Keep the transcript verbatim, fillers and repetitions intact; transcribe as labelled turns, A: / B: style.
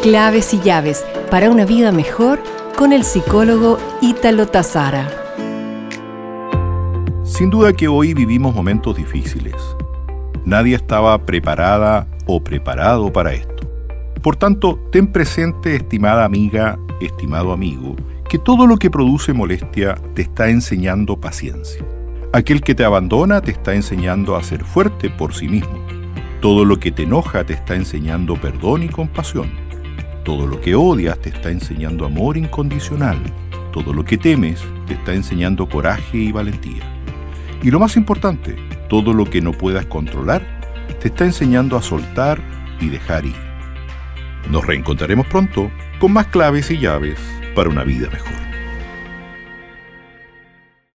A: Claves y llaves para una vida mejor con el psicólogo Ítalo Tazara.
B: Sin duda que hoy vivimos momentos difíciles. Nadie estaba preparada o preparado para esto. Por tanto, ten presente, estimada amiga, estimado amigo, que todo lo que produce molestia te está enseñando paciencia. Aquel que te abandona te está enseñando a ser fuerte por sí mismo. Todo lo que te enoja te está enseñando perdón y compasión. Todo lo que odias te está enseñando amor incondicional. Todo lo que temes te está enseñando coraje y valentía. Y lo más importante, todo lo que no puedas controlar te está enseñando a soltar y dejar ir. Nos reencontraremos pronto con más claves y llaves para una vida mejor.